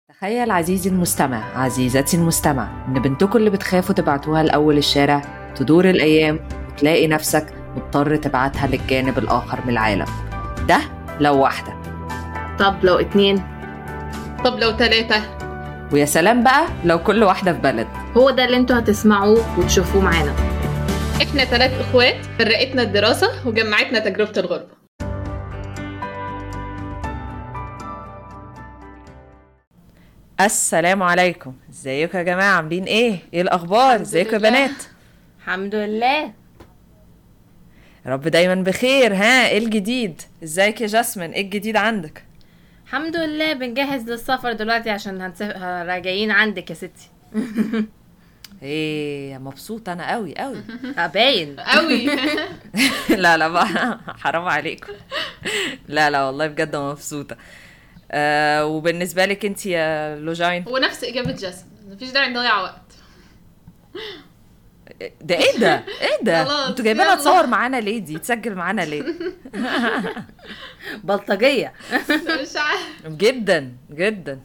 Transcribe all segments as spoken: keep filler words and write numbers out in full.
تخيل عزيزي المستمع عزيزتي المستمع إن بنتكم اللي بتخافوا تبعتوها لأول الشارع تدور الأيام وتلاقي نفسك مضطر تبعتها للجانب الآخر من العالم. ده لو واحدة. طب لو اتنين؟ طب لو تلاتة؟ ويا سلام بقى لو كل واحدة في بلد. هو ده اللي انتوا هتسمعوه وتشوفوه معانا. احنا تلات اخوات فرقتنا الدراسة وجمعتنا تجربة الغربة. السلام عليكم، ازيكم يا جماعة؟ عاملين ايه؟ ايه الأخبار؟ ازيكم يا بنات؟ الحمد لله، يا رب دايما بخير. ها ايه الجديد؟ ازيك يا جاسمين؟ ايه الجديد عندك؟ الحمد لله. بنجهز للسفر دلوقتي عشان هنسافر، راجعين عندك يا ستي. ايه مبسوطة انا قوي قوي. باين قوي. لا لا بقى حرام عليكم. لا لا والله بجد مبسوطة. آه وبالنسبة لك انت يا لوجين؟ هو نفس اجابة جاسمين، مفيش داعي نضيع وقت. ده ايه ده ايه ده خلاص، انتوا جايبينها يلا. تصور معانا ليه؟ دي تسجل معانا ليه؟ بلطجية. مش عارف. جدا جدا.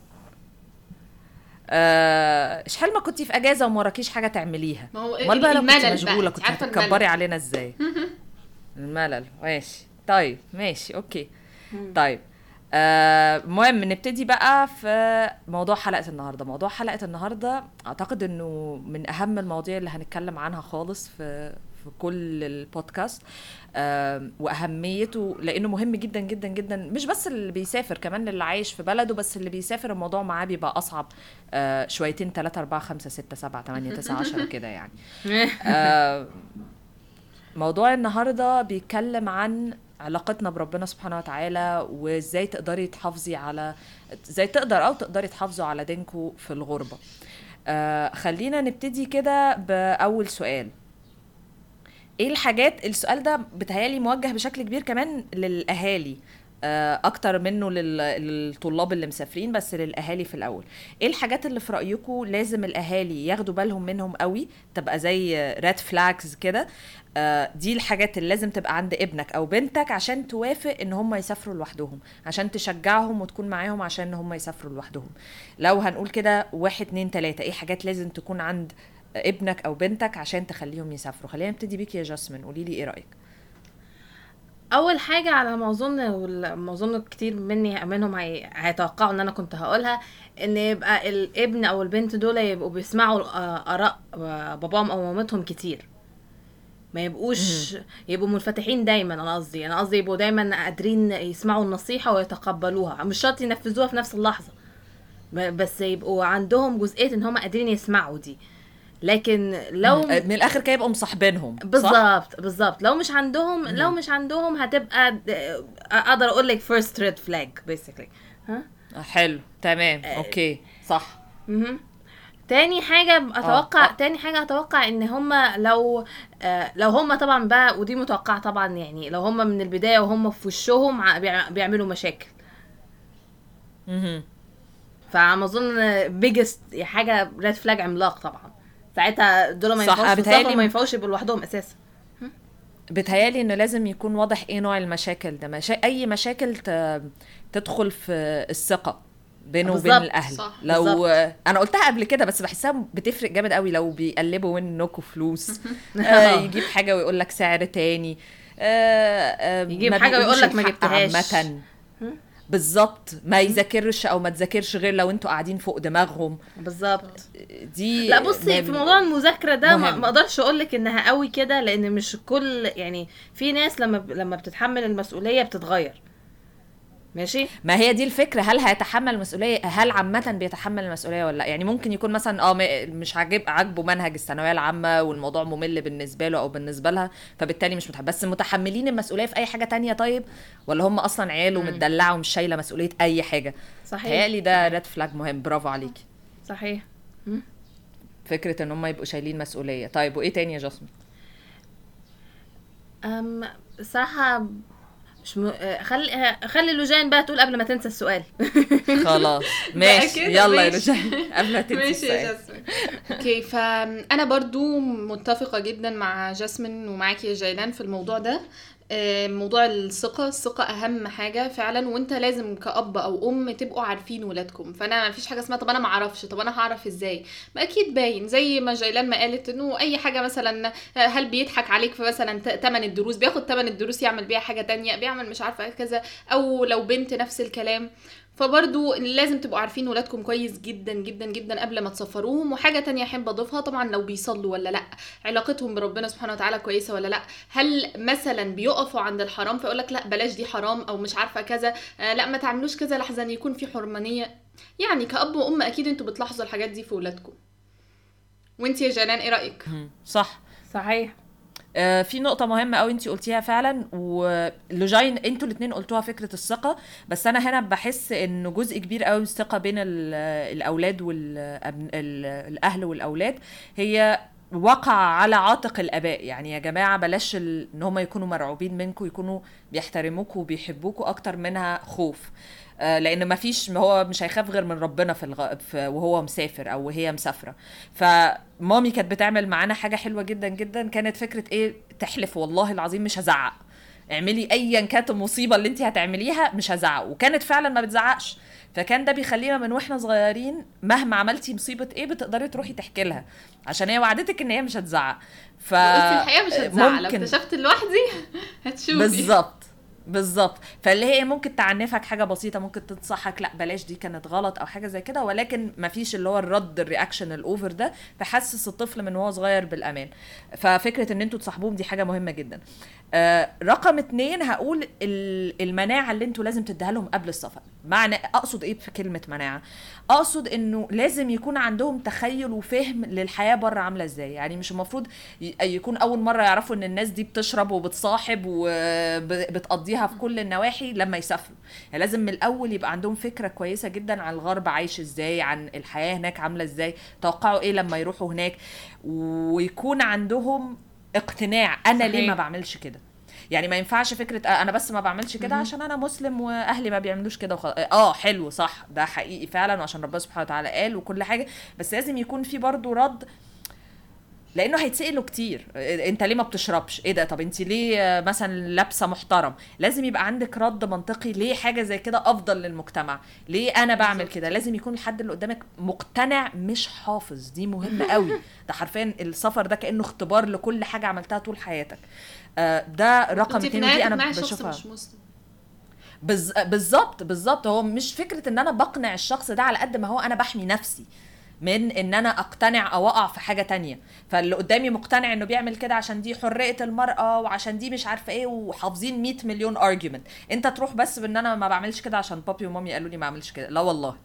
آه شحال ما كنتي في اجازة وما وراكيش حاجة تعمليها؟ ما هو امال بقى لو كنت الملل بقى، مشغولة انت كنت عارفة هتكبري الملل. علينا ازاي؟ الملل. ماشي طيب ماشي اوكي. طيب آه، مهم نبتدي بقى في موضوع حلقة النهاردة. موضوع حلقة النهاردة اعتقد انه من اهم المواضيع اللي هنتكلم عنها خالص في في كل البودكاست. آه، واهميته لانه مهم جدا جدا جدا، مش بس اللي بيسافر، كمان اللي عايش في بلده. بس اللي بيسافر الموضوع معاه بيبقى اصعب آه، شويتين، تلاتة اربعة خمسة ستة سبعة تمانية تسعة عشرة كده يعني. آه، موضوع النهاردة بيتكلم عن علاقتنا بربنا سبحانه وتعالى، وازاي تقدري تحافظي على ازاي تقدر او تقدري تحافظوا على دينكم في الغربة. آه خلينا نبتدي كده بأول سؤال. ايه الحاجات، السؤال ده بتهيالي موجه بشكل كبير كمان للأهالي آه اكتر منه لل- للطلاب اللي مسافرين، بس للأهالي في الأول. ايه الحاجات اللي في رأيكم لازم الأهالي ياخدوا بالهم منهم قوي، تبقى زي ريد فلاجز كده؟ آه دي الحاجات اللي لازم تبقى عند ابنك او بنتك عشان توافق ان هم يسافروا لوحدهم، عشان تشجعهم وتكون معاهم عشان هم يسافروا لوحدهم. لو هنقول كده واحد اتنين تلاتة، ايه حاجات لازم تكون عند ابنك او بنتك عشان تخليهم يسافروا؟ خلينا نبتدي بيك يا جاسمين، قولي لي ايه رأيك؟ اول حاجة على ما اظن، وما اظن كتير مني منهم هي- هيتوقعوا ان انا كنت هقولها، ان يبقى الابن او البنت دول يبقوا بيسمعوا آه، اراء آه، باباهم او مامتهم كتير. ما يبقوش يبقوا منفتحين دايما. انا قصدي انا قصدي يبقوا دايما قادرين يسمعوا النصيحة ويتقبلوها، مش شرط ينفذوها في نفس اللحظة، ب- بس يبقوا عندهم جزئية ان هم قادرين يسمعوا دي. لكن لو آه، من الاخر كده يبقوا مصاحبينهم، صح؟ بالظبط بالظبط لو مش عندهم لو مش عندهم هتبقى د- اقدر اقول لك first red flag basically. ها آه، حلو تمام اوكي صح. مهم. تاني حاجة اتوقع آه. تاني حاجة اتوقع ان هما لو آه لو هما طبعا بقى، ودي متوقعة طبعا، يعني لو هما من البداية وهما في وشهم ع- بيع- بيعملوا مشاكل. مهم. فما اظن biggest حاجة red flag عملاق طبعا. ساعتها دول ما صح، ينفعوش في بتهيألي السفر، ما ينفعوش يبقوا لوحدهم اساسا. بتهيالي انه لازم يكون واضح ايه نوع المشاكل ده. مشا... اي مشاكل ت... تدخل في الثقة بينه وبين بالظبط، الاهل. صح، لو بالظبط. انا قلتها قبل كده بس بحسها بتفرق جامد قوي. لو بيقلبوا منكم فلوس، آه يجيب حاجة ويقول لك سعر تاني، آه آه يجيب ما حاجة ويقول بيقولوش لك ما الحق جبتهاش. عامة. بالظبط، ما يذاكرش او ما تذاكرش غير لو انتوا قاعدين فوق دماغهم. بالظبط. دي لا بصي، في موضوع المذاكره ده ما مهم. ما اقدرش اقول لك انها قوي كده، لان مش كل، يعني في ناس لما ب- لما بتتحمل المسؤوليه بتتغير. ماشي. ما هي دي الفكرة، هل هيتحمل المسؤولية؟ هل عامة بيتحمل المسؤولية ولا لا؟ يعني ممكن يكون مثلا اه م- مش عاجب عاجبه منهج الثانوية العامة والموضوع ممل بالنسبة له او بالنسبة لها، فبالتالي مش متحمل. بس متحملين المسؤولية في اي حاجة تانية طيب؟ ولا هم اصلا عيال ومتدلعة ومش شايلة مسؤولية اي حاجة؟ صحيح. تهيألي ده ريد فلاج مهم. برافو عليكي. صحيح. فكرة ان هم يبقوا شايلين مسؤولية. طيب وايه تاني يا جاسمين؟ أم صراحه مش م... آه، خلي آه، خلي لوجين بقى تقول قبل ما تنسى السؤال. خلاص ماشي كده، يلا يا ماشي. رجال قبل ما تنسي ماشي يا السؤال. جاسمين. اوكي، فانا برضو متفقه جدا مع جاسمين ومعاكي يا جيلان في الموضوع ده. آه، موضوع الثقة الثقة أهم حاجة فعلا، وانت لازم كأب أو أم تبقوا عارفين ولادكم. فأنا مفيش حاجة اسمها طب أنا معرفش، طب أنا هعرف ازاي؟ ما أكيد باين، زي ما جيلان ما قالت إنه أي حاجة مثلا، آه، هل بيضحك عليك في مثلا ت- تمن الدروس، بياخد تمن الدروس يعمل بيها حاجة تانية، بيعمل مش عارفة كذا، أو لو بنت نفس الكلام. فبرضو لازم تبقوا عارفين ولادكم كويس جدا جدا جدا قبل ما تسفروهم. وحاجة تانية أحب أضيفها، طبعا لو بيصلوا ولا لأ، علاقتهم بربنا سبحانه وتعالى كويسة ولا لأ، هل مثلا بيقفوا عند الحرام فيقول لك لا بلاش دي حرام، او مش عارفه كذا، آه لا ما تعملوش كذا لحظه يكون في حرمانيه. يعني كأب وأم اكيد انتوا بتلاحظوا الحاجات دي في ولادكم. وانت يا جنان ايه رأيك؟ صح صحيح. آه، في نقطة مهمة قوي انتي قلتيها فعلا، ولوجين انتوا الاتنين قلتوها، فكرة الثقة. بس انا هنا بحس انه جزء كبير قوي من الثقة بين ال- الاولاد والاهل والاولاد هي وقع على عاتق الاباء. يعني يا جماعة بلاش ال... ان هم يكونوا مرعوبين منكم، يكونوا بيحترموكوا وبيحبوكوا اكتر منها خوف. آه، لان ما فيش، ما هو مش هيخاف غير من ربنا في, الغ... في وهو مسافر او وهي مسافره. فمامي كانت بتعمل معانا حاجه حلوه جدا جدا، كانت فكره ايه، تحلف والله العظيم مش هزعق، اعملي ايا كانت المصيبه اللي انت هتعمليها مش هزعق، وكانت فعلا ما بتزعقش. فكان ده بيخلينا من واحنا صغيرين مهما عملتي مصيبه ايه بتقدري تروحي تحكي لها، عشان هي وعدتك ان هي مش هتزعق. ف قلتي الحقيقه مش هتزعل، لو ممكن اكتشفت لوحدي هتشوفي. بالظبط بالظبط. فاللي هي ممكن تعنفك حاجه بسيطه، ممكن تنصحك لا بلاش دي كانت غلط او حاجه زي كده، ولكن مفيش اللي هو الرد الرياكشن الاوفر ده، فحسس الطفل من وهو صغير بالامان. ففكره ان انتوا تصاحبوهم دي حاجه مهمه جدا. آه رقم اتنين هقول ال- المناعه اللي انتوا لازم تديها لهم قبل السفر. معنى اقصد ايه في كلمه مناعه؟ اقصد انه لازم يكون عندهم تخيل وفهم للحياه بره عامله ازاي. يعني مش المفروض ي- يكون اول مره يعرفوا ان الناس دي بتشرب وبتصاحب وبتقضيها في كل النواحي لما يسافروا. يعني لازم من الاول يبقى عندهم فكره كويسه جدا عن الغرب عايش ازاي، عن الحياه هناك عامله ازاي، توقعوا ايه لما يروحوا هناك، ويكون عندهم اقتناع انا صحيح. ليه ما بعملش كده. يعني ما ينفعش فكره آه انا بس ما بعملش كده عشان انا مسلم واهلي ما بيعملوش كده وخلاص. اه حلو صح، ده حقيقي فعلا، وعشان ربنا سبحانه وتعالى قال وكل حاجه، بس لازم يكون في برضو رد، لانه هيتسألوا كتير انت ليه ما بتشربش، ايه ده، طب انت ليه مثلا لابسه محترم. لازم يبقى عندك رد منطقي ليه حاجه زي كده افضل للمجتمع، ليه انا بعمل كده. لازم يكون الحد اللي قدامك مقتنع مش حافظ، دي مهمه قوي. ده حرفيا السفر ده كانه اختبار لكل حاجه عملتها طول حياتك. آه ده رقم اتنين، ودي انا بشوفها مش مسلم. بز... بالظبط بالظبط. هو مش فكره ان انا بقنع الشخص ده على قد ما هو انا بحمي نفسي من ان انا اقتنع او اقع في حاجه تانية. فاللي قدامي مقتنع انه بيعمل كده عشان دي حريه المراه وعشان دي مش عارفه ايه، وحافظين مية مليون ارجيومنت، انت تروح بس بان انا ما بعملش كده عشان بابي ومامي قالوا لي ما اعملش كده. لا والله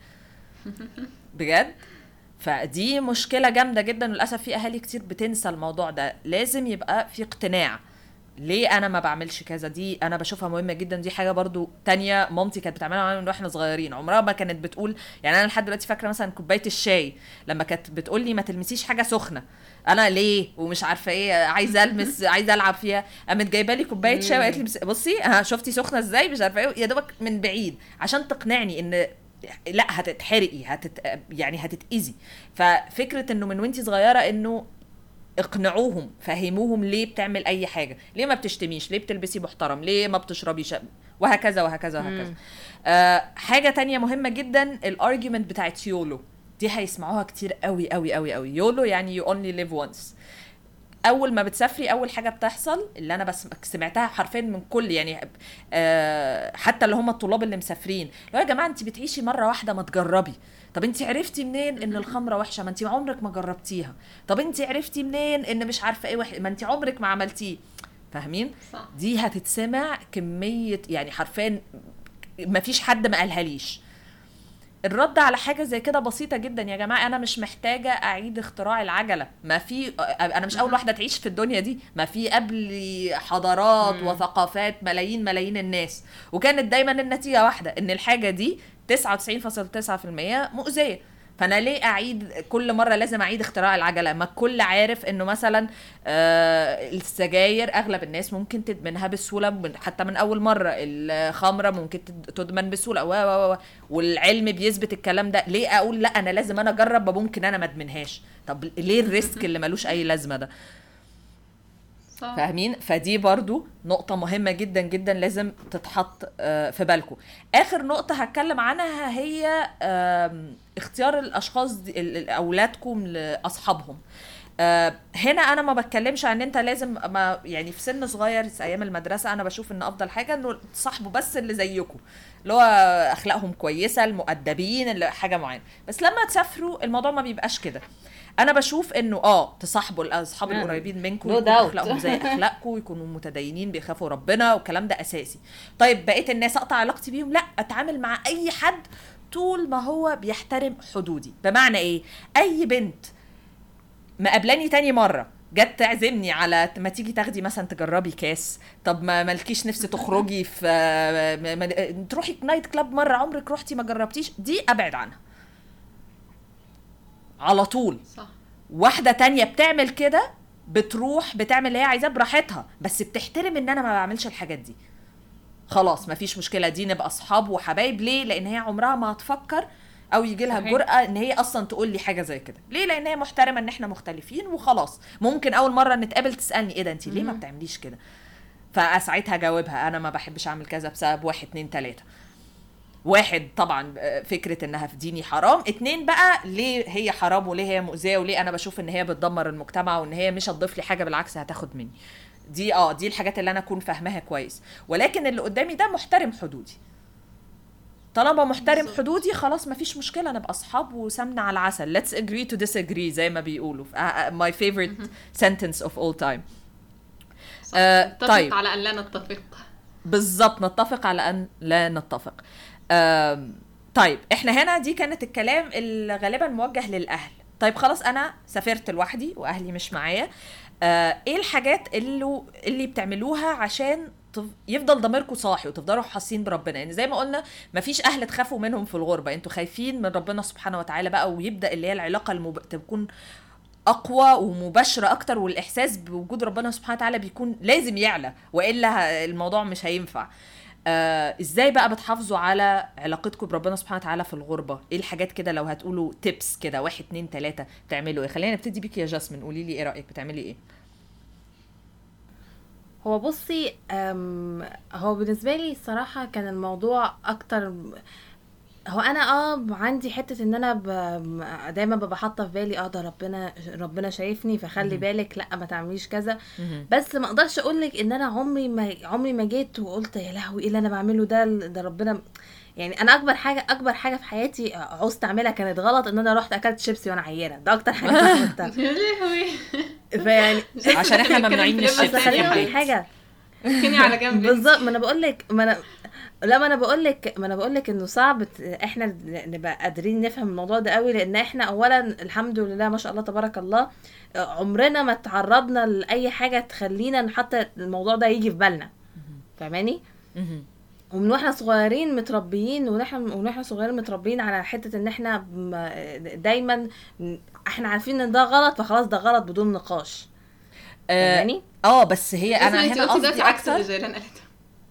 بجد. فدي مشكله جامده جدا، وللاسف في اهالي كتير بتنسى الموضوع ده. لازم يبقى في اقتناع ليه انا ما بعملش كذا. دي انا بشوفها مهمه جدا. دي حاجه برضو تانية مامتي كانت بتعملها معانا من واحنا صغيرين، عمرها ما كانت بتقول، يعني انا لحد دلوقتي فاكره مثلا كوبايه الشاي لما كانت بتقول لي ما تلمسيش حاجه سخنه، انا ليه ومش عارفه ايه عايزه المس عايزه العب فيها، قامت جايبه لي كوبايه شاي وقالت لي بصي ها شفتي سخنه ازاي مش عارفه ايه، يا دوبك من بعيد عشان تقنعني ان لا هتتحرقي هتت يعني هتتاذي. ففكره انه من وانتي صغيره انه اقنعوهم، فهموهم ليه بتعمل اي حاجه، ليه ما بتشتميش، ليه بتلبسي محترم، ليه ما بتشربيش، وهكذا وهكذا وهكذا. آه حاجه تانية مهمه جدا، الارجيومنت بتاعت يولو دي هيسمعوها كتير قوي قوي قوي قوي. يولو يعني you only live once. اول ما بتسافري اول حاجه بتحصل اللي انا بس سمعتها حرفيا من كل يعني آه حتى اللي هم الطلاب اللي مسافرين، لو يا جماعه انت بتعيشي مره واحده ما تجربي. طب انت عرفتي منين ان الخمره وحشه؟ ما انت عمرك ما جربتيها. طب انت عرفتي منين ان مش عارفه ايه وح... ما انت عمرك ما عملتيه. فاهمين؟ دي هتتسمع كميه يعني حرفيا ما فيش حد ما قالها ليش. الرد على حاجه زي كده بسيطه جدا يا جماعه، انا مش محتاجه اعيد اختراع العجله، ما في انا مش اول واحده تعيش في الدنيا دي، ما في قبل حضارات مم. وثقافات ملايين ملايين الناس، وكانت دايما النتيجه واحده ان الحاجه دي تسعة وتسعين فاصلة تسعة بالمية مؤذيه. فانا ليه اعيد كل مره لازم اعيد اختراع العجله؟ ما الكل عارف انه مثلا آه السجاير اغلب الناس ممكن تدمنها بسهوله حتى من اول مره، الخمره ممكن تدمن بسهوله و و والعلم بيثبت الكلام ده. ليه اقول لا انا لازم انا اجرب ممكن انا ما ادمنهاش؟ طب ليه الريسك اللي ملوش اي لازمه ده؟ صح. فاهمين؟ فدي برضو نقطة مهمة جدا جدا لازم تتحط آه، في بالكم. آخر نقطة هتكلم عنها هي آم، اختيار الأشخاص دي- ال- ال- أولادكم لأصحابهم. آه، هنا انا ما بتكلمش عن انت لازم ما يعني في سن صغير زي ايام المدرسه، انا بشوف ان افضل حاجه انه تصاحبوا بس اللي زيكم، اللي هو اخلاقهم كويسه، المؤدبين، اللي حاجه معينه. بس لما تسافروا الموضوع ما بيبقاش كده. انا بشوف انه اه تصاحبوا الاصحاب نعم. القريبين منكم، No يكون doubt. اخلاقهم زي اخلاقكم، يكونوا متدينين، بيخافوا ربنا، والكلام ده اساسي. طيب بقيت الناس اقطع علاقتي بيهم؟ لا، اتعامل مع اي حد طول ما هو بيحترم حدودي. بمعنى ايه؟ اي بنت مقابلاني تاني مرة جت تعزمني على ما تيجي تاخدي مثلا تجربي كاس، طب ما مالكيش نفس تخرجي في ما- ما- تروحي نايت كلاب مرة عمرك روحتي ما جربتيش، دي ابعد عنها على طول. صح. واحدة تانية بتعمل كده، بتروح بتعمل اللي هي عايزاه براحتها، بس بتحترم ان انا ما بعملش الحاجات دي. خلاص مفيش مشكلة، دي نبقى اصحاب وحبايب. ليه؟ لان هي عمرها ما هتفكر او يجي لها صحيح. الجرأة ان هي اصلا تقول لي حاجة زي كده. ليه؟ لان هي محترمة ان احنا مختلفين وخلاص. ممكن اول مرة نتقابل تسألني ايه ده انتي ليه ما بتعمليش كده، فساعتها جاوبها انا ما بحبش اعمل كذا بسبب واحد اتنين تلاتة. واحد طبعا فكرة انها في ديني حرام، اتنين بقى ليه هي حرام وليه هي مؤذية وليه انا بشوف ان هي بتدمر المجتمع وان هي مش هتضيف لي حاجة، بالعكس هتاخد مني. دي اه دي الحاجات اللي انا اكون فاهماها كويس. ولكن اللي قدامي ده محترم حدودي، طالما محترم بالظبط. حدودي خلاص مفيش مشكلة، نبقى اصحاب وسمنة على عسل. let's agree to disagree زي ما بيقولوا. uh, uh, my favorite sentence of all time. صح. آه، نتفق طيب. على ان لا نتفق. بالظبط، نتفق على ان لا نتفق. آم، طيب احنا هنا دي كانت الكلام اللي غالبا موجه للاهل. طيب خلاص انا سافرت لوحدي واهلي مش معايا، آه، ايه الحاجات اللي اللي بتعملوها عشان تف- يفضل ضميركم صاحي وتفضلوا حاسين بربنا؟ يعني زي ما قلنا مفيش اهل تخافوا منهم في الغربه، انتوا خايفين من ربنا سبحانه وتعالى بقى، ويبدا اللي هي العلاقه المب... تكون اقوى ومباشره اكتر، والاحساس بوجود ربنا سبحانه وتعالى بيكون لازم يعلى، والا ه- الموضوع مش هينفع. آه ازاي بقى بتحافظوا على علاقتكم بربنا سبحانه وتعالى في الغربه؟ ايه الحاجات كده لو هتقولوا تيبس كده واحد اتنين تلاته تعملوا ايه؟ خلينا نبتدي بيك يا جاسمين، قولي لي ايه رايك، بتعملي ايه؟ هو بصي أم، هو بالنسبه لي الصراحه كان الموضوع اكتر. هو انا اه عندي حته ان انا ب... دايما ببقى حاطه في بالي اه ده ربنا ربنا شايفني فخلي مهم. بالك لا ما تعمليش كذا. مهم. بس ما اقدرش اقول لك ان انا عمري ما عمري ما جيت وقلت يا لهوي ايه اللي انا بعمله ده ده ربنا. يعني انا اكبر حاجه اكبر حاجه في حياتي عوزت اعملها كانت غلط، ان انا رحت اكلت شيبسي وانا عيانه. ده اكتر حاجه انا عملتها. يا لهوي. فيعني عشان احنا ممنوعين من بنتكلم في الشيبسي اصل لمسة في خليني اقول البيت. لك حاجه. اركني على جنب. بالظبط، ما انا بقول لك ما انا لا ما انا بقول لك ما انا بقول لك انه صعب ت- احنا نبقى قادرين نفهم الموضوع ده قوي، لان احنا اولا الحمد لله ما شاء الله تبارك الله عمرنا ما تعرضنا لاي حاجه تخلينا حتى الموضوع ده يجي في بالنا. فاهماني؟ مهم. ومن واحنا صغيرين متربيين ونحن ومن واحنا صغيرين متربيين على حته ان احنا م- دايما احنا عارفين ان ده غلط فخلاص ده غلط بدون نقاش. اه فاهماني؟ آه، بس هي انا انت هنا قلتي قصدي ده عكس اكتر. اللي جيران قالته.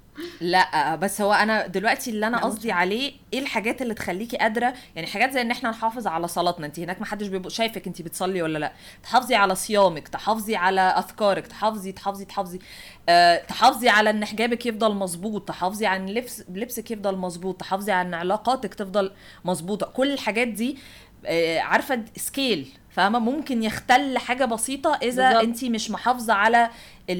لا بس هو انا دلوقتي اللي انا لا، قصدي مش- عليه ايه الحاجات اللي تخليكي قادره، يعني حاجات زي ان احنا نحافظ على صلاتنا. انت هناك ما حدش بيبقى شايفك انت بتصلي ولا لا، تحافظي على صيامك، تحافظي على اذكارك، تحافظي تحافظي تحافظي أه تحافظي على ان حجابك يفضل مظبوط، تحافظي على ان لبس لبسك يفضل مظبوط، تحافظي على ان علاقاتك تفضل مظبوطه. كل الحاجات دي آه، عارفه سكيل، فاهمه؟ ممكن يختل حاجه بسيطه اذا بالظبط. انت مش محافظه على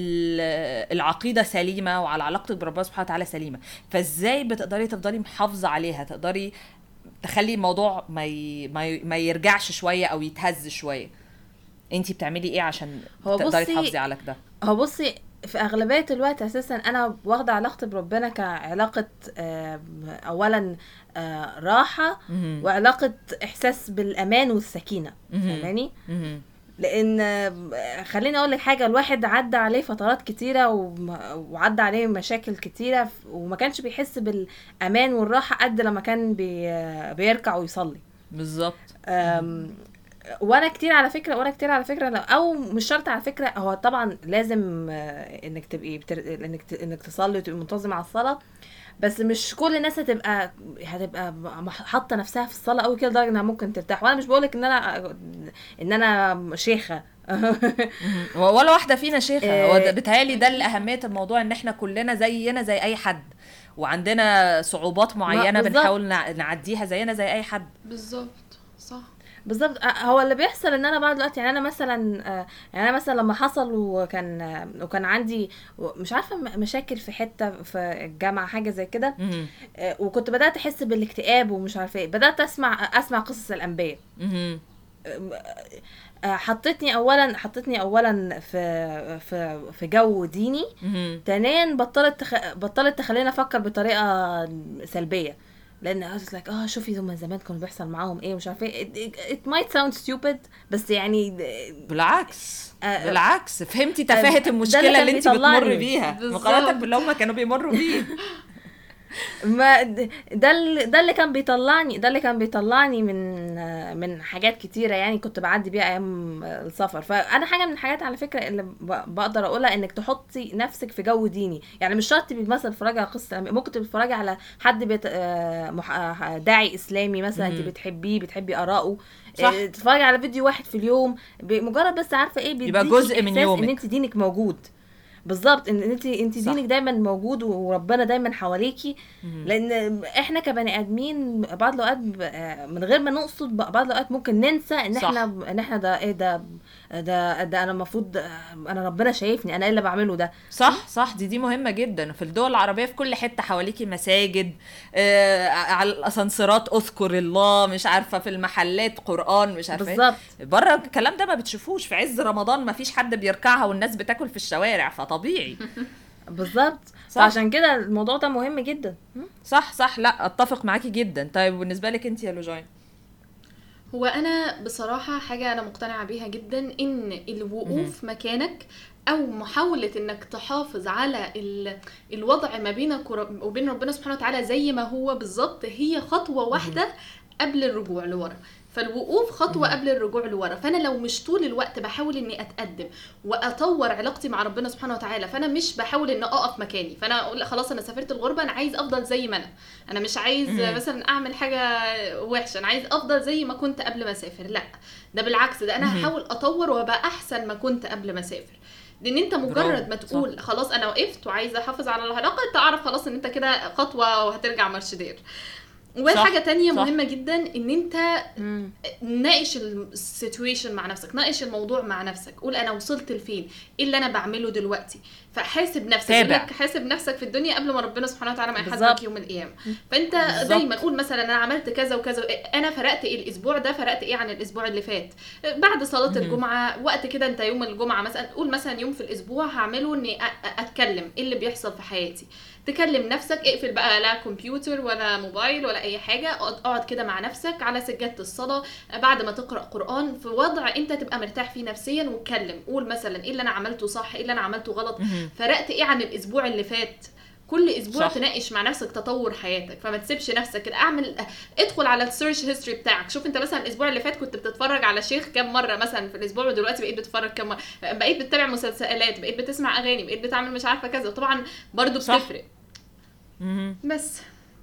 ال- العقيده سليمه وعلى علاقتك بربنا سبحانه وتعالى سليمه. فازاي بتقدري تفضلي محافظه عليها، تقدري تخلي الموضوع ما ي... ما, ي... ما يرجعش شويه او يتهز شويه؟ انت بتعملي ايه عشان هو تقدري بصي- تحافظي على ده؟ هو بصي في اغلبيه الوقت اساسا انا واخده علاقتي بربنا كعلاقه آه، اولا آه، راحه مهم. وعلاقه احساس بالامان والسكينه. مهم. فاهماني؟ مهم. لان آه، خليني اقول لك حاجه، الواحد عدى عليه فترات كتيره وم- وعدى عليه مشاكل كتيره ف- وما كانش بيحس بالامان والراحه قد لما كان بي آه، بيركع ويصلي. بالظبط. أم، وانا كتير على فكره وانا كتير على فكره لو- او مش شرط على فكره، هو طبعا لازم آه، انك تبقي بتر... انك ت... انك تصلي وتبقي منتظمه على الصلاه، بس مش كل الناس هتبقى هتبقى مح- حاطه نفسها في الصلاه قوي كده لدرجه انها ممكن ترتاح. وانا مش بقولك ان انا ان انا شيخه مهم. ولا واحده فينا شيخه. هو ده- بيتهيألي ده الاهميه الموضوع، ان احنا كلنا زينا زي اي حد، وعندنا صعوبات معينه بالظبط. بنحاول نع- نعديها زينا زي اي حد. بالظبط صح. بالظبط. آه، هو اللي بيحصل ان انا بقى دلوقتي، يعني انا مثلا آه، يعني انا مثلا لما حصل وكان آه، وكان عندي مش عارفه م- مشاكل في حته في الجامعه حاجه زي كده، مهم. آه، وكنت بدات احس بالاكتئاب ومش عارفه ايه، بدات اسمع اسمع قصص الانبياء. مهم. آه، حطتني اولا حطتني اولا في في في جو ديني. مهم. ثانيا بطلت تخ... بطلت تخليني افكر بطريقه سلبيه، لان I was like اه شوفي هم زمان كانوا بيحصل معاهم ايه ومش عارفه ايه. it, it, it might sound stupid بس يعني بالعكس آه، بالعكس فهمتي آه، ده تفاهه اللي المشكله كان اللي انت بتمر بيطلعني. بيها بالظبط. مقارنه باللي هم كانوا بيمروا بيه. ما د- ده اللي ده اللي كان بيطلعني ده اللي كان بيطلعني من آه، من حاجات كتيره يعني كنت بعدي بيها ايام آه، السفر. فانا حاجه من الحاجات على فكره اللي ب- بقدر اقولها انك تحطي نفسك في جو ديني. يعني مش شرط تبقي مثلا تتفرجي على قصه، ممكن تتفرجي على حد بيت آه، مح- آه، داعي اسلامي مثلا انت مهم. بتحبيه بتحبي اراءه. صح. آه، تتفرجي على فيديو واحد في اليوم بمجرد بس عارفه ايه يبقى بيديكي جزء من احساس ان يومك. انت دينك موجود. بالظبط، ان انت انت صح. دينك دايما موجود وربنا دايما حواليكي. مهم. لان احنا كبني ادمين بعض الاوقات ب- من غير ما نقصد بعض الاوقات ممكن ننسى ان صح. احنا ان احنا ده ايه ده ده ده انا المفروض انا ربنا شايفني انا ايه اللي بعمله ده. صح صح دي دي مهمة جدا. في الدول العربية في كل حتة حواليكي مساجد، آه على الأسانسيرات أذكر الله، مش عارفة في المحلات قرآن، مش عارفة بالظبط. ايه. بره الكلام ده ما بتشوفوش. في عز رمضان ما فيش حد بيركعها والناس بتاكل في الشوارع، فطبيعي. بالظبط. صح. فعشان كده الموضوع ده مهم جدا. صح صح لا اتفق معاكي جدا. طيب بالنسبة لك انت يا لوجين؟ هو انا بصراحة حاجة انا مقتنعة بيها جدا، ان الوقوف مكانك او محاولة انك تحافظ على ال... الوضع ما بينك ور- وبين ربنا سبحانه وتعالى زي ما هو بالظبط، هي خطوة واحدة قبل الرجوع لورا. فالوقوف خطوة قبل الرجوع لورا. فانا لو مش طول الوقت بحاول اني اتقدم واطور علاقتي مع ربنا سبحانه وتعالى، فانا مش بحاول ان اقف مكاني. فانا اقول خلاص انا سافرت الغربة، انا عايز افضل زي ما انا انا مش عايز مم. مثلا اعمل حاجة وحشة، انا عايز افضل زي ما كنت قبل ما اسافر. لا، ده بالعكس، ده انا هحاول اطور وابقى احسن ما كنت قبل ما اسافر. لان انت مجرد برافو. ما تقول خلاص انا وقفت وعايزه احافظ على العلاقه، انت اعرف خلاص ان انت كده خطوه وهترجع مرشدير. وحاجه تانية صح. مهمه جدا، ان انت مم. ناقش السيتويشن مع نفسك، ناقش الموضوع مع نفسك، قول انا وصلت لفين، ايه اللي انا بعمله دلوقتي. فحاسب نفسك، تابع. يقول لك حاسب نفسك في الدنيا قبل ما ربنا سبحانه وتعالى ما بالظبط. يحاسبك يوم القيامه. فانت بالظبط. دايما قول مثلا انا عملت كذا وكذا، انا فرقت ايه الاسبوع ده، فرقت ايه عن الاسبوع اللي فات. بعد صلاه الجمعه وقت كده، انت يوم الجمعه مثلا قول مثلا يوم في الاسبوع هعمله اني أ- أ- اتكلم ايه اللي بيحصل في حياتي. تكلم نفسك، اقفل بقى لا كمبيوتر ولا موبايل ولا اي حاجه، اقعد اقعد كده مع نفسك على سجاده الصلاه بعد ما تقرا قران في وضع انت تبقى مرتاح فيه نفسيا، واتكلم قول مثلا ايه اللي انا عملته صح، ايه اللي انا عملته غلط، مهم. فرقت ايه عن الاسبوع اللي فات. كل اسبوع صح. تناقش مع نفسك تطور حياتك، فما تسيبش نفسك كده. اعمل ادخل على السيرش هيستوري بتاعك، شوف انت مثلا الاسبوع اللي فات كنت بتتفرج على شيخ كام مره مثلا في الاسبوع، ودلوقتي بقيت بتتفرج كام مره، بقيت بتتابع مسلسلات، بقيت بتسمع اغاني، بقيت بتعمل مش عارفه كذا. طبعا برضو صح. بتفرق. مهم. بس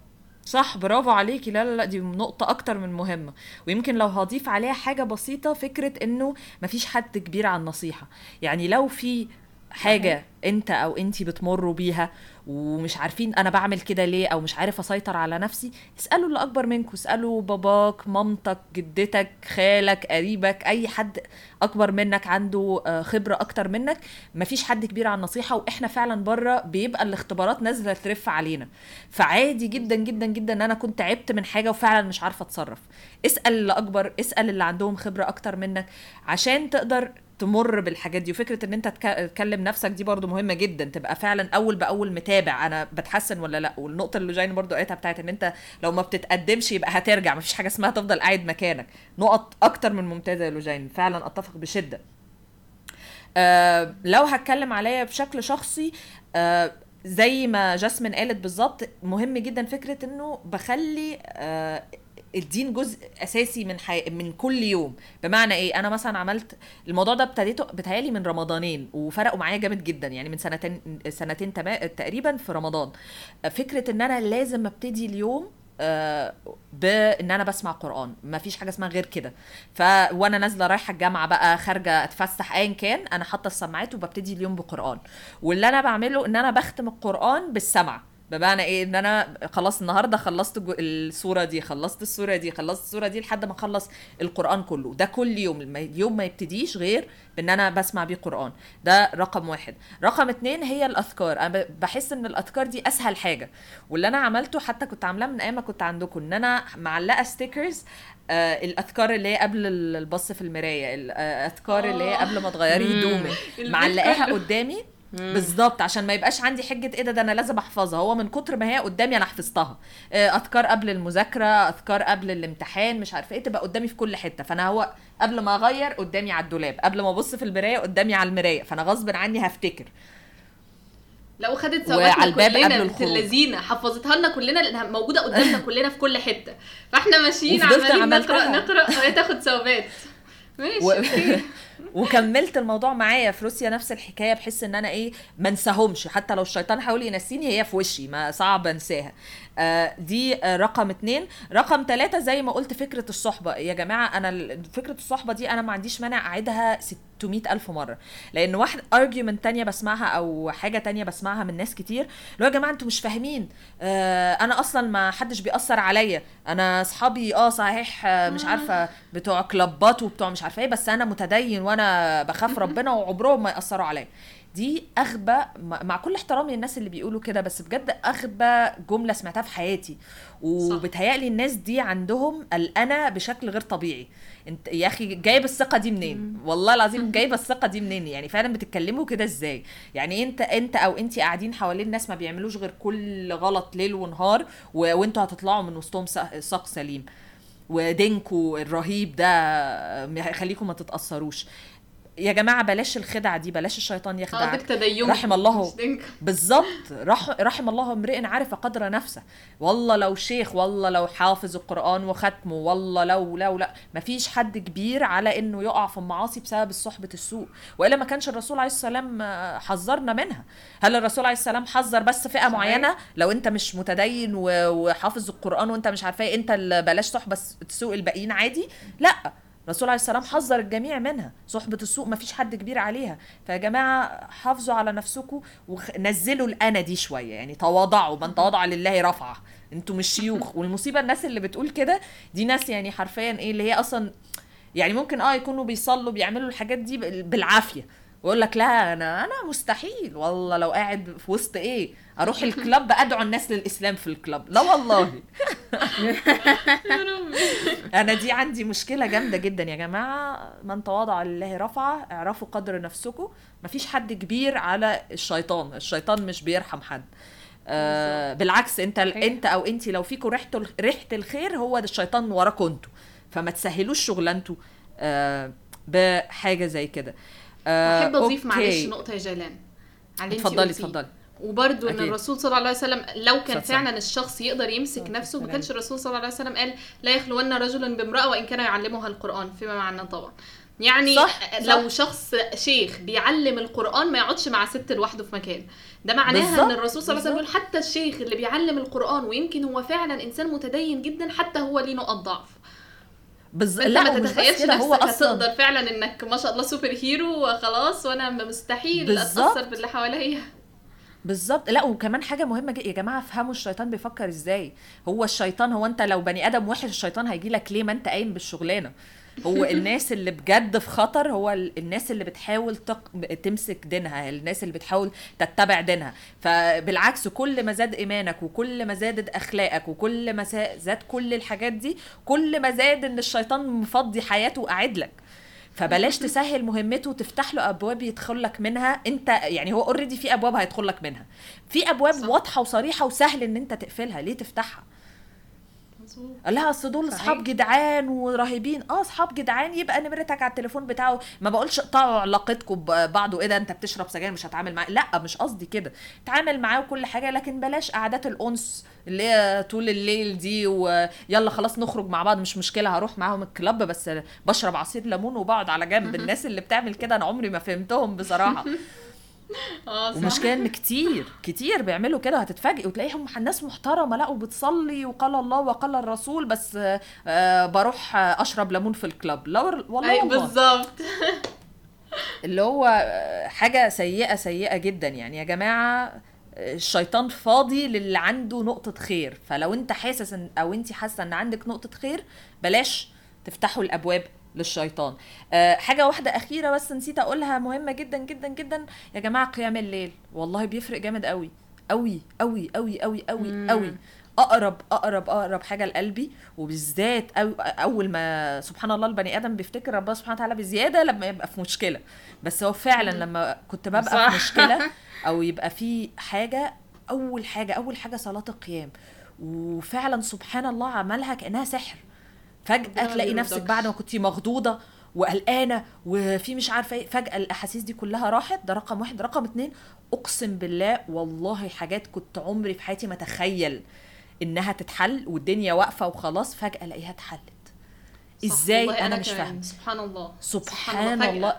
صح برافو عليكي. لا لا لا دي نقطة أكتر من مهمة. ويمكن لو هضيف عليها حاجة بسيطة، فكرة إنه مفيش حد كبير على النصيحة. يعني لو في حاجة انت او انتي بتمروا بيها ومش عارفين انا بعمل كده ليه، او مش عارف اسيطر على نفسي، اسألوا اللي اكبر منكم. اسألوا باباك، مامتك، جدتك، خالك، قريبك، اي حد اكبر منك عنده آه، خبرة اكتر منك. مفيش حد كبير على النصيحة. واحنا فعلا بره بيبقى الاختبارات نازلة ترف علينا، فعادي جدا جدا جدا ان انا كنت تعبت من حاجة وفعلا مش عارفة اتصرف. اسأل اللي اكبر، اسأل اللي عندهم خبرة اكتر منك عشان تقدر تمر بالحاجات دي. وفكره ان انت تك- تكلم نفسك دي برضو مهمه جدا، تبقى فعلا اول باول متابع انا بتحسن ولا لا. والنقطه اللي جاين برضو قالتها بتاعت ان انت لو ما بتتقدمش يبقى هترجع، مفيش حاجه اسمها تفضل قاعد مكانك. نقط اكتر من ممتازه يا لوجين، فعلا اتفق بشده. آه لو هتكلم عليا بشكل شخصي، آه زي ما جاسمين قالت بالظبط، مهم جدا فكره انه بخلي آه الدين جزء اساسي من حي... من كل يوم. بمعنى ايه؟ انا مثلا عملت الموضوع ده ابتديته بتهيالي من رمضانين وفرقوا معايا جامد جدا، يعني من سنتين سنتين تما... تقريبا في رمضان. فكره ان انا لازم ابتدي اليوم آه بان انا بسمع قران، ما فيش حاجه اسمها غير كده. ف وانا نازله رايحه الجامعه بقى، خارجه اتفسح، ايا كان، انا حاطه السماعات وببتدي اليوم بقران. واللي انا بعمله ان انا بختم القران بالسمع، بمعنى ايه؟ ان انا خلاص النهارده خلصت السوره دي، خلصت السوره دي، خلصت السوره دي، لحد ما اخلص القران كله. ده كل يوم، اليوم ما يبتديش غير بان انا بسمع بيه قران. ده رقم واحد. رقم اتنين هي الاذكار. انا بحس ان الاذكار دي اسهل حاجه، واللي انا عملته حتى كنت عاملاه من ايام ما كنت عندكم، ان انا معلقه ستيكرز آه الاذكار اللي هي قبل البص في المرايه، الاذكار اللي هي قبل ما تغيري هدومك، معلقاها قدامي بالظبط، عشان ما يبقاش عندي حجه ايه ده ده انا لازم احفظها. هو من كتر ما هي قدامي انا حفظتها. اذكار قبل المذاكره، اذكار قبل الامتحان، مش عارفه ايه، تبقى قدامي في كل حته. فانا هو قبل ما اغير قدامي على الدولاب، قبل ما ابص في المرايه قدامي على المرايه، فانا غصب عني هفتكر. لو خدت ثوابتنا كلنا بنت اللذينه، حفظتها لنا كلنا لانها موجوده قدامنا كلنا في كل حته، فاحنا ماشيين عمالين نقرا نقرا وهي تاخد ثوابت. ماشي و... اوكي. وكملت الموضوع معايا في روسيا نفس الحكايه، بحس ان انا ايه ما انساهمش، حتى لو الشيطان حاول ينسيني هي في وشي، ما صعب انساها. آه دي آه رقم اتنين. رقم تلاتة زي ما قلت فكره الصحبه. يا جماعه انا فكره الصحبه دي انا ما عنديش مانع اعيدها ستمائة الف مره، لان واحد ارجيومنت تانية بسمعها او حاجه تانية بسمعها من ناس كتير، لو يا جماعه انتوا مش فاهمين، آه انا اصلا ما حدش بيأثر عليا، انا اصحابي اه صحيح آه مش عارفه بتوع كلابات وبتوع مش عارفه ايه، بس انا متدين وانا بخاف ربنا وعمرهم ما يأثروا عليا. دي اغبى، مع كل احترامي للناس اللي بيقولوا كده، بس بجد اغبى جمله سمعتها في حياتي. وبتهيألي الناس دي عندهم الانا بشكل غير طبيعي. انت يا اخي جايب الثقه دي منين؟ والله العظيم جايب الثقه دي منين؟ يعني فعلا بتتكلموا كده ازاي؟ يعني انت انت او انت قاعدين حوالين ناس ما بيعملوش غير كل غلط ليل ونهار، و... وانتوا هتطلعوا من وسطهم ساق سليم، ودينكو الرهيب ده خليكم ما تتأثروش. يا جماعه بلاش الخدعه دي، بلاش الشيطان يخدعك. رحم الله بالظبط رح رحم الله امرئ عارف قدر نفسه. والله لو شيخ، والله لو حافظ القرآن وختمه، والله لو لو لا مفيش حد كبير على انه يقع في المعاصي بسبب صحبه السوء، والا ما كانش الرسول عليه السلام حذرنا منها. هل الرسول عليه السلام حذر بس فئه معينه؟ لو انت مش متدين وحافظ القرآن وانت مش عارفه انت اللي بلاش صحبه السوء، الباقيين عادي؟ لا، الرسول عليه السلام حذر الجميع منها. صحبة السوء ما فيش حد كبير عليها. فيا جماعة حافظوا على نفسكم ونزلوا الأنا دي شوية، يعني تواضعوا، من تواضع لله رفعه. انتوا مش شيوخ. والمصيبة الناس اللي بتقول كده دي ناس يعني حرفيا ايه اللي هي اصلا يعني ممكن اه يكونوا بيصلوا بيعملوا الحاجات دي بالعافية، ويقول لك لا انا انا مستحيل، والله لو قاعد في وسط ايه اروح الكلاب ادعو الناس للاسلام في الكلاب، لا والله. انا دي عندي مشكله جامده جدا. يا جماعه من تواضع لله رفعه، اعرفوا قدر نفسكم. مفيش حد كبير على الشيطان، الشيطان مش بيرحم حد. آه بالعكس، انت انت او انت لو فيكم ريحه ريحه الخير هو ده الشيطان وراكم انتوا، فما تسهلوش شغلانته آه بحاجه زي كده. آه احب اضيف معلش نقطه يا جيلان على اتفضلي اتفضلي. وبرده ان الرسول صلى الله عليه وسلم لو كان فعلا الشخص يقدر يمسك نفسه، ما كانش الرسول صلى الله عليه وسلم قال لا يخلون رجل بامرأة وان كان يعلمها القرآن، فيما معناه طبعا يعني صح لو صح. شخص شيخ بيعلم القرآن ما يقعدش مع ست لوحده في مكان. ده معناها ان الرسول صلى الله عليه وسلم حتى الشيخ اللي بيعلم القرآن ويمكن هو فعلا انسان متدين جدا، حتى هو ليه نقط ضعف. بز... لا ما تتخيلش نفسك هو هتقدر فعلا انك ما شاء الله سوبر هيرو وخلاص وانا مستحيل اتأثر باللي حواليا. بالظبط. لا وكمان حاجه مهمه جدا يا جماعه، فهموا الشيطان بيفكر ازاي. هو الشيطان هو انت لو بني ادم وحش الشيطان هيجي لك ليه؟ ما انت قايم بالشغلانه. هو الناس اللي بجد في خطر هو الناس اللي بتحاول تق... تمسك دينها، الناس اللي بتحاول تتبع دينها. فبالعكس كل ما زاد ايمانك وكل ما زادت اخلاقك وكل ما زاد كل الحاجات دي، كل ما زاد ان الشيطان مفضي حياته وقاعد لك. فبلاش تسهل مهمته وتفتح له ابواب يدخل لك منها. انت يعني هو اوريدي في ابواب هيدخل لك منها، في ابواب صح. واضحه وصريحه وسهل ان انت تقفلها، ليه تفتحها؟ لها اصل دول اصحاب جدعان ورهيبين. اه اصحاب جدعان يبقى نمرتك على التليفون بتاعه. ما بقولش اقطعوا علاقتكم ببعض وايه ده انت بتشرب سجاير مش هتعامل معاه، لا مش قصدي كده، تعامل معاه وكل حاجه، لكن بلاش قعدات الانس اللي هي طول الليل دي ويلا خلاص نخرج مع بعض مش مشكله هروح معاهم الكلاب بس بشرب عصير ليمون وبقعد على جنب. الناس اللي بتعمل كده انا عمري ما فهمتهم بصراحه. اه صح. ومشكلة ان كتير كتير بيعملوا كده، هتتفاجئ وتلاقيهم ناس محترمة لا وبتصلي وقال الله وقال الرسول، بس آه، آه، بروح آه، اشرب ليمون في الكلاب. لا ور- والله اي والله بالظبط. اللي هو آه، حاجة سيئة سيئة جدا يعني. يا جماعة آه، الشيطان فاضي للي عنده نقطة خير، فلو انت حاسس ان او انت حاسة ان عندك نقطة خير بلاش تفتحوا الابواب للشيطان. أه حاجة واحدة أخيرة بس نسيت أقولها مهمة جدا جدا جدا يا جماعة، قيام الليل والله بيفرق جامد قوي قوي قوي قوي قوي قوي قوي. أقرب أقرب أقرب حاجة لقلبي، وبالذات أو أول ما سبحان الله البني آدم بيفتكر ربنا سبحانه وتعالى بزيادة لما يبقى في مشكلة، بس هو فعلا لما كنت ببقى صح. في مشكلة أو يبقى في حاجة، أول حاجة أول حاجة صلاة القيام. وفعلا سبحان الله عملها كأنها سحر. فجأة ربنا ما تلاقي نفسك بيردكش. بعد ما كنتي مخضوضة وقلقانة وفي مش عارفة ايه، فجأة الأحاسيس دي كلها راحت. ده رقم واحد. رقم اتنين، أقسم بالله والله حاجات كنت عمري في حياتي ما تخيل إنها تتحل والدنيا واقفة وخلاص فجأة الاقيها اتحلت. صح ازاي؟ والله، أنا مش كمان. فاهمة. سبحان الله سبحان فجأة. الله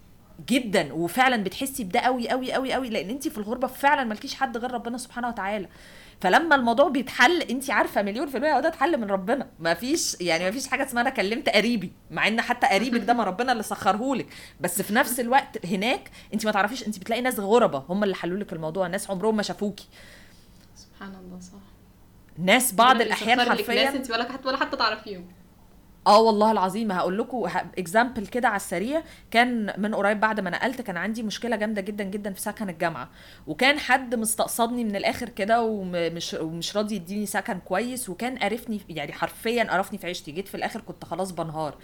جدا. وفعلا بتحسي بده قوي قوي قوي قوي، لان انت في الغربه فعلا مالكيش حد غير ربنا سبحانه وتعالى. فلما الموضوع بيتحل انت عارفه مليون في الميه وده اتحل من ربنا. ما فيش يعني ما فيش حاجه اسمها انا كلمت قريبي، مع ان حتى قريبك ده ما ربنا اللي سخرهولك، بس في نفس الوقت هناك انت ما تعرفيش، انت بتلاقي ناس غربه هم اللي حلوا لك الموضوع، ناس عمرهم ما شافوكي، سبحان الله صح. ناس بعض ربنا الاحيان بيسخر لك حرفيا ناس انت ولا حتى ولا حتى تعرفيهم. اه والله العظيم. هقول لكم اكزامبل كده على السريع. كان من قريب بعد ما نقلت كان عندي مشكله جامده جدا جدا في سكن الجامعه، وكان حد مستقصدني من الاخر كده ومش ومش راضي يديني سكن كويس، وكان قرفني يعني حرفيا قرفني في عيشتي. جيت في الاخر كنت خلاص بنهار.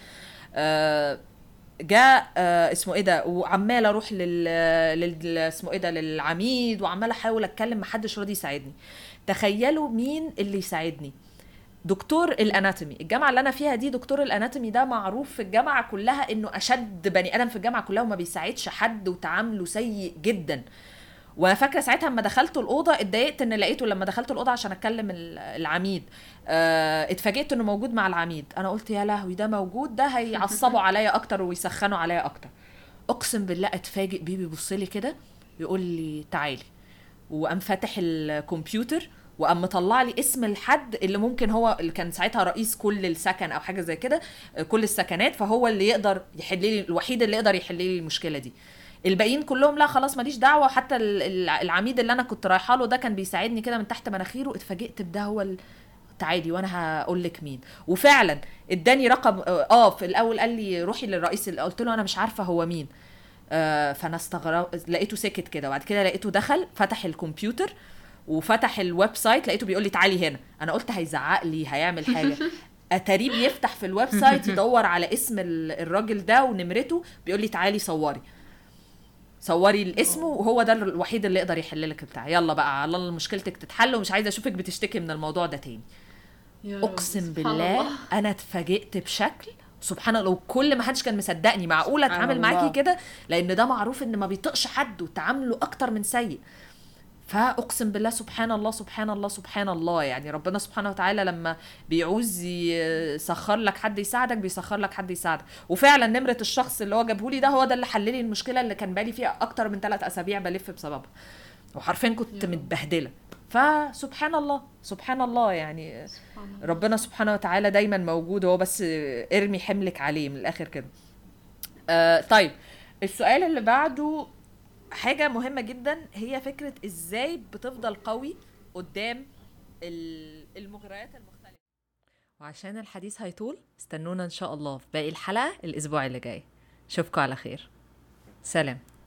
آه جاء آه اسمه ايه ده، وعمال اروح لل, لل... اسمه ايه ده للعميد، وعمال احاول اتكلم، محدش راضي يساعدني. تخيلوا مين اللي يساعدني؟ دكتور الاناتومي. الجامعه اللي انا فيها دي دكتور الاناتومي ده معروف في الجامعه كلها انه اشد بني ادم في الجامعه كلها وما بيساعدش حد وتعامله سيء جدا. وانا فاكره ساعتها لما دخلت الاوضه اتضايقت ان لقيته، لما دخلت الاوضه عشان اتكلم العميد اه اتفاجئت انه موجود مع العميد. انا قلت يا لهوي ده موجود، ده هيعصبوا عليا اكتر ويسخنوا عليا اكتر. اقسم بالله اتفاجئ بيه بيبص لي كده يقول لي تعالي، وقام فاتح الكمبيوتر وقام مطلع لي اسم الحد اللي ممكن هو اللي كان ساعتها رئيس كل السكن او حاجه زي كده، كل السكنات، فهو اللي يقدر يحل لي، الوحيد اللي يقدر يحل لي المشكله دي. الباقيين كلهم لا خلاص ماليش دعوه. وحتى العميد اللي انا كنت رايحه له ده كان بيساعدني كده من تحت مناخيره. اتفاجئت بده هو ال... تعالي وانا هقول لك مين. وفعلا اداني رقم. اه في الاول قال لي روحي للرئيس، اللي قلت له انا مش عارفه هو مين. آه فانا استغربت، لقيته سكت كده، وبعد كده لقيته دخل فتح الكمبيوتر وفتح الويب سايت، لقيته بيقول لي تعالي هنا. انا قلت هيزعق لي هيعمل حاجه. اتاري بيفتح في الويب سايت يدور على اسم الراجل ده ونمرته، بيقول لي تعالي صوري صوري الاسم، وهو ده الوحيد اللي يقدر يحل لك بتاع. يلا بقى على الله مشكلتك تتحل، ومش عايزه اشوفك بتشتكي من الموضوع ده تاني. اقسم بالله الله. انا اتفاجئت بشكل سبحان الله، وكل ما حدش كان مصدقني. معقوله اتعامل معاكي كده؟ لان ده معروف ان ما بيطقش حد وتعامله اكتر من سيء. فاقسم بالله سبحان الله سبحان الله سبحان الله. يعني ربنا سبحانه وتعالى لما بيعوز يسخر لك حد يساعدك بيسخر لك حد يساعدك. وفعلا نمره الشخص اللي هو جابه لي ده هو ده اللي حل لي المشكله اللي كان بالي فيها اكتر من ثلاث اسابيع بلف بسببها، وحرفيا كنت متبهدله. فسبحان الله سبحان الله يعني سبحان الله. ربنا سبحانه وتعالى دايما موجود، هو بس ارمي حملك عليه من الاخر كده. آه طيب السؤال اللي بعده حاجة مهمة جدا، هي فكرة ازاي بتفضل قوي قدام المغريات المختلفة. وعشان الحديث هيطول استنونا ان شاء الله في باقي الحلقة الاسبوع اللي جاي. اشوفكم على خير. سلام.